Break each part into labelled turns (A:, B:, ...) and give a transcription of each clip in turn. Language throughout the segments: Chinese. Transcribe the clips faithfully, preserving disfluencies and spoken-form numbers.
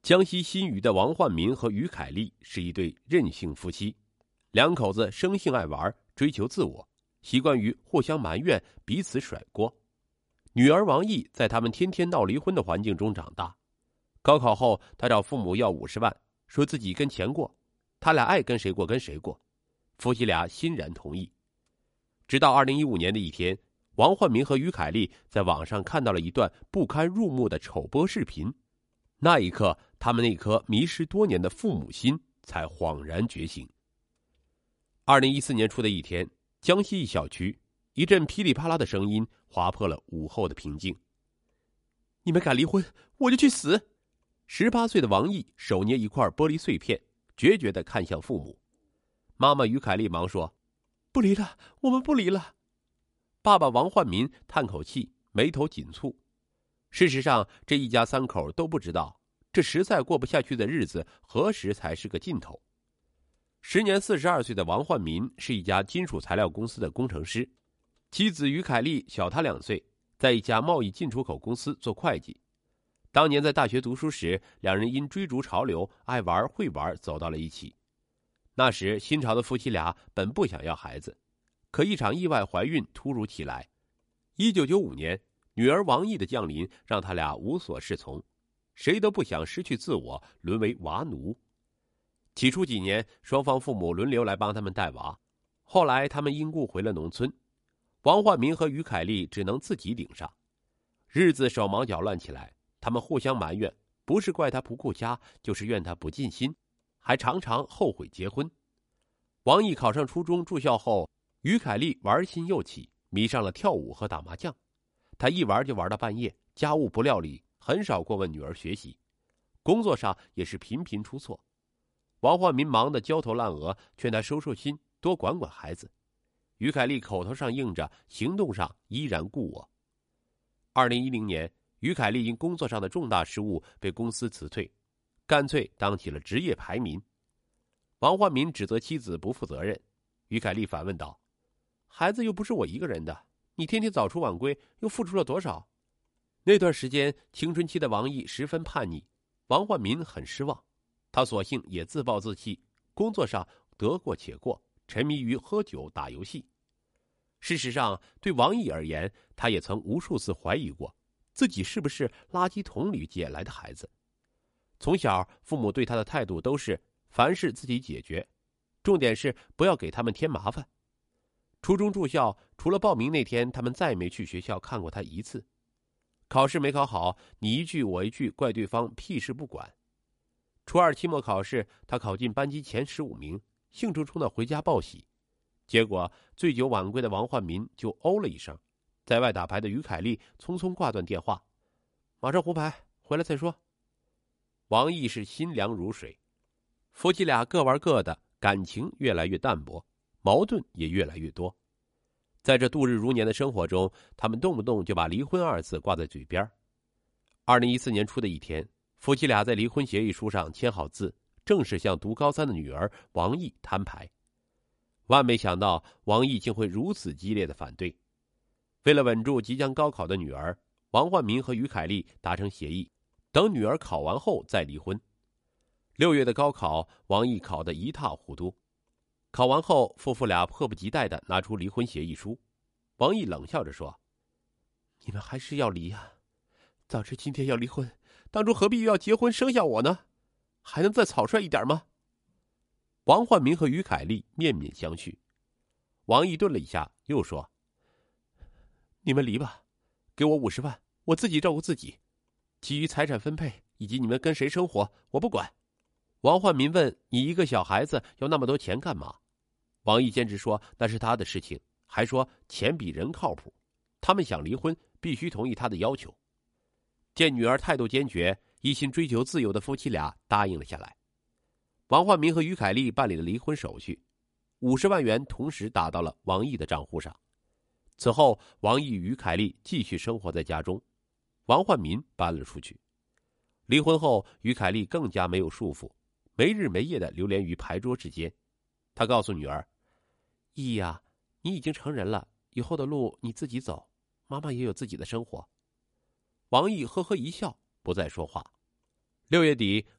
A: 江西新余的王焕民和于凯丽是一对任性夫妻，两口子生性爱玩，追求自我，习惯于互相埋怨，彼此甩锅。女儿王毅在他们天天闹离婚的环境中长大。高考后，她找父母要五十万，说自己跟钱过，他俩爱跟谁过跟谁过。夫妻俩欣然同意。直到二零一五年的一天，王焕民和于凯丽在网上看到了一段不堪入目的丑播视频。那一刻，他们那颗迷失多年的父母心才恍然觉醒。二零一四年初的一天，江西一小区，一阵噼里啪啦的声音划破了午后的平静。你们敢离婚，我就去死！十八岁的王毅手捏一块玻璃碎片，决绝地看向父母。妈妈于凯丽忙说：“不离了，我们不离了。”爸爸王焕民叹口气，眉头紧蹙。事实上，这一家三口都不知道，这实在过不下去的日子何时才是个尽头。时年四十二岁的王焕民是一家金属材料公司的工程师，妻子于凯丽小他两岁，在一家贸易进出口公司做会计。当年在大学读书时，两人因追逐潮流，爱玩会玩，走到了一起。那时新潮的夫妻俩本不想要孩子，可一场意外怀孕突如其来。一九九五年，女儿王毅的降临让他俩无所适从，谁都不想失去自我，沦为娃奴。起初几年，双方父母轮流来帮他们带娃，后来他们因故回了农村，王焕民和于凯丽只能自己顶上。日子手忙脚乱起来，他们互相埋怨，不是怪他不顾家，就是怨他不尽心，还常常后悔结婚。王毅考上初中住校后，于凯丽玩心又起，迷上了跳舞和打麻将。他一玩就玩到半夜，家务不料理，很少过问女儿学习，工作上也是频频出错。王焕民忙得焦头烂额，劝他收收心，多管管孩子。于凯丽口头上应着，行动上依然故我。二零一零年，于凯丽因工作上的重大失误被公司辞退，干脆当起了职业排民。王焕民指责妻子不负责任，于凯丽反问道：“孩子又不是我一个人的，你天天早出晚归，又付出了多少？”那段时间，青春期的王毅十分叛逆，王焕民很失望，他索性也自暴自弃，工作上得过且过，沉迷于喝酒打游戏。事实上，对王毅而言，他也曾无数次怀疑过自己是不是垃圾桶里捡来的孩子。从小，父母对他的态度都是凡事自己解决，重点是不要给他们添麻烦。初中住校，除了报名那天，他们再没去学校看过他一次。考试没考好，你一句我一句怪对方屁事不管。初二期末考试，他考进班级前十五名，兴冲冲的回家报喜。结果醉酒晚归的王焕民就哦了一声，在外打牌的于凯丽匆匆挂断电话：“马上胡牌，回来再说。”王毅是心凉如水，夫妻俩各玩各的，感情越来越淡薄，矛盾也越来越多。在这度日如年的生活中，他们动不动就把离婚二字挂在嘴边。二零一四年初的一天，夫妻俩在离婚协议书上签好字，正式向读高三的女儿王毅摊牌。万没想到王毅竟会如此激烈的反对。为了稳住即将高考的女儿，王焕民和于凯丽达成协议，等女儿考完后再离婚。六月的高考，王毅考得一塌糊涂。考完后，夫妇俩迫不及待地拿出离婚协议书。王毅冷笑着说：“你们还是要离啊？早知今天要离婚，当初何必又要结婚生下我呢？还能再草率一点吗？”王焕民和于凯丽面面相觑。王毅顿了一下，又说：“你们离吧，给我五十万，我自己照顾自己。其余财产分配以及你们跟谁生活，我不管。”王焕民问：“你一个小孩子要那么多钱干嘛？”王毅坚持说那是他的事情，还说钱比人靠谱，他们想离婚必须同意他的要求。见女儿态度坚决，一心追求自由的夫妻俩答应了下来。王焕民和于凯丽办理了离婚手续，五十万元同时打到了王毅的账户上。此后，王毅与于凯丽继续生活在家中，王焕民搬了出去。离婚后，于凯丽更加没有束缚，没日没夜地流连于牌桌之间。他告诉女儿：“毅呀，你已经成人了，以后的路你自己走，妈妈也有自己的生活。”王毅呵呵一笑，不再说话。六月底，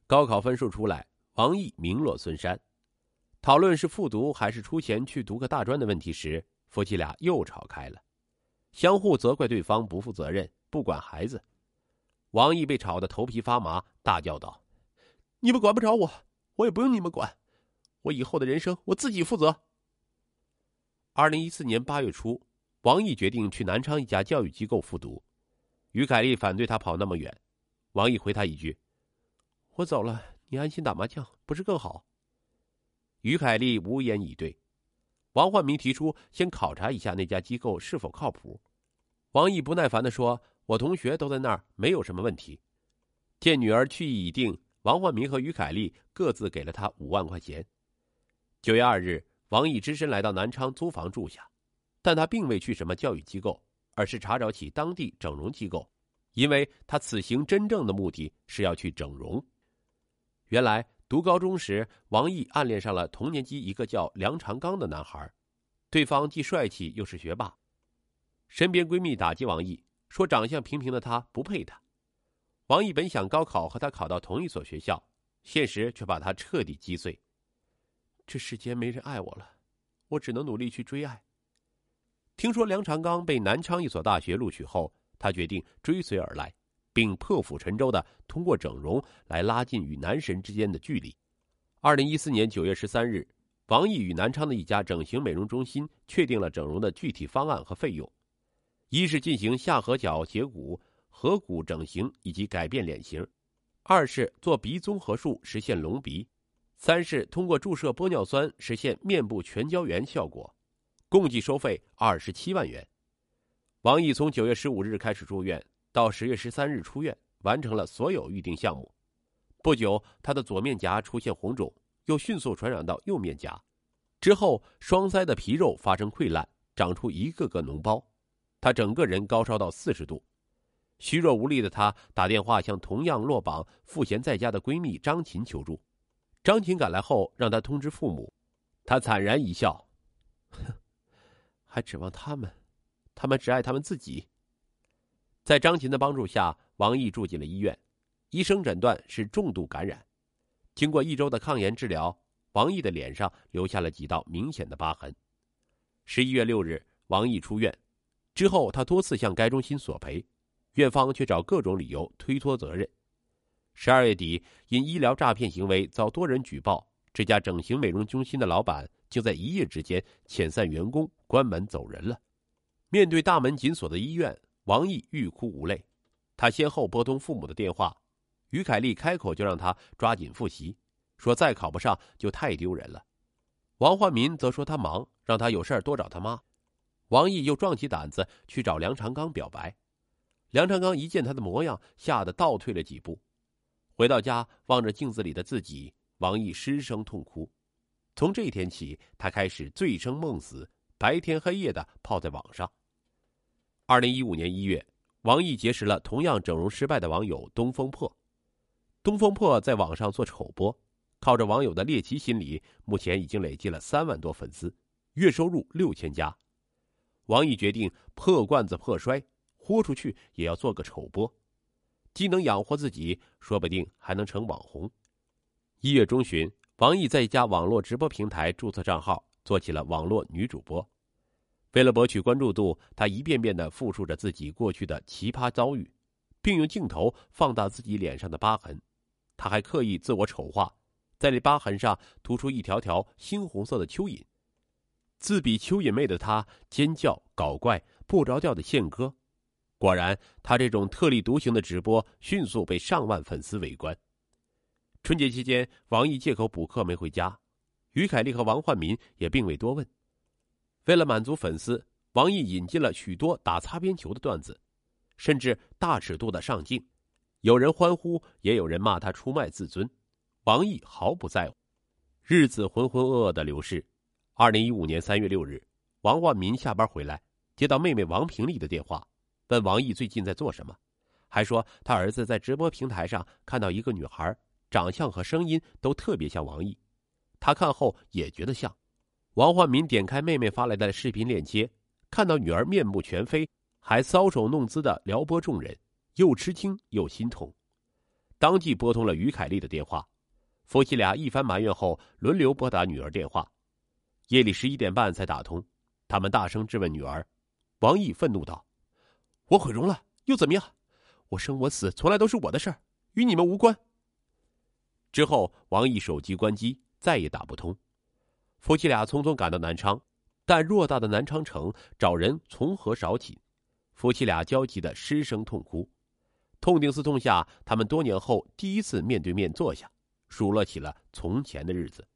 A: 高考分数出来，王毅名落孙山。讨论是复读还是出钱去读个大专的问题时，夫妻俩又吵开了，相互责怪对方不负责任，不管孩子。王毅被吵得头皮发麻，大叫道：“你们管不着我，我也不用你们管，我以后的人生我自己负责。”二零一四年八月初，王毅决定去南昌一家教育机构复读。于凯丽反对他跑那么远，王毅回他一句：“我走了，你安心打麻将，不是更好？”于凯丽无言以对。王焕民提出先考察一下那家机构是否靠谱。王毅不耐烦地说：“我同学都在那儿，没有什么问题。”见女儿去意已定，王焕民和于凯丽各自给了他五万块钱。九月二日，王毅只身来到南昌租房住下，但他并未去什么教育机构，而是查找起当地整容机构，因为他此行真正的目的是要去整容。原来读高中时，王毅暗恋上了同年级一个叫梁长刚的男孩，对方既帅气又是学霸。身边闺蜜打击王毅，说长相平平的他不配他。王毅本想高考和他考到同一所学校，现实却把他彻底击碎。这世间没人爱我了，我只能努力去追爱。听说梁长刚被南昌一所大学录取后，他决定追随而来，并破釜沉舟地通过整容来拉近与男神之间的距离。二零一四年九月十三日，王毅与南昌的一家整形美容中心确定了整容的具体方案和费用：一是进行下颌角截骨、颌骨整形以及改变脸型；二是做鼻综合术实现隆鼻；三是通过注射玻尿酸实现面部全胶原效果。共计收费二十七万元。王毅从九月十五日开始住院，到十月十三日出院，完成了所有预定项目。不久，他的左面颊出现红肿，又迅速传染到右面颊。之后，双腮的皮肉发生溃烂，长出一个个脓包。他整个人高烧到四十度。虚弱无力的他打电话向同样落榜赋闲在家的闺蜜张琴求助。张琴赶来后，让他通知父母。他惨然一笑：“哼，还指望他们？他们只爱他们自己。”在张琴的帮助下，王毅住进了医院，医生诊断是重度感染。经过一周的抗炎治疗，王毅的脸上留下了几道明显的疤痕。十一月六日，王毅出院之后，他多次向该中心索赔，院方却找各种理由推脱责任。十二月底，因医疗诈骗行为遭多人举报，这家整形美容中心的老板竟在一夜之间遣散员工，关门走人了。面对大门紧锁的医院，王毅欲哭无泪。他先后拨通父母的电话，于凯丽开口就让他抓紧复习，说再考不上就太丢人了。王焕民则说他忙，让他有事多找他妈。王毅又壮起胆子去找梁长刚表白。梁长刚一见他的模样，吓得倒退了几步。回到家，望着镜子里的自己，王毅失声痛哭。从这天起，他开始醉生梦死，白天黑夜的泡在网上。二零一五年一月，王毅结识了同样整容失败的网友东风破。东风破在网上做丑播，靠着网友的猎奇心理，目前已经累积了三万多粉丝，月收入六千加。王毅决定破罐子破摔，豁出去也要做个丑播，既能养活自己，说不定还能成网红。一月中旬，王毅在一家网络直播平台注册账号，做起了网络女主播。为了博取关注度，他一遍遍地复述着自己过去的奇葩遭遇，并用镜头放大自己脸上的疤痕。他还刻意自我丑化，在这疤痕上涂出一条条猩红色的蚯蚓。自比蚯蚓妹的他尖叫搞怪，不着调的献歌。果然，他这种特立独行的直播迅速被上万粉丝围观。春节期间，王毅借口补课没回家，于凯丽和王焕民也并未多问。为了满足粉丝，王毅引进了许多打擦边球的段子，甚至大尺度的上镜。有人欢呼，也有人骂他出卖自尊，王毅毫不在乎。日子浑浑噩噩的流逝。二零一五年三月六日，王焕民下班回来，接到妹妹王平丽的电话，问王毅最近在做什么，还说他儿子在直播平台上看到一个女孩，长相和声音都特别像王毅，他看后也觉得像。王焕民点开妹妹发来的视频链接，看到女儿面目全非，还搔首弄姿的撩拨众人，又吃惊又心痛。 当即拨通了于凯丽的电话。夫妻俩一番埋怨后，轮流拨打女儿电话。夜里十一点半才打通，他们大声质问女儿。王毅愤怒道：“我毁容了，又怎么样？我生我死从来都是我的事儿，与你们无关。”之后，王毅手机关机，再也打不通。夫妻俩匆匆赶到南昌，但偌大的南昌城找人从何找起？夫妻俩焦急地失声痛哭。痛定思痛下，他们多年后第一次面对面坐下，数落起了从前的日子。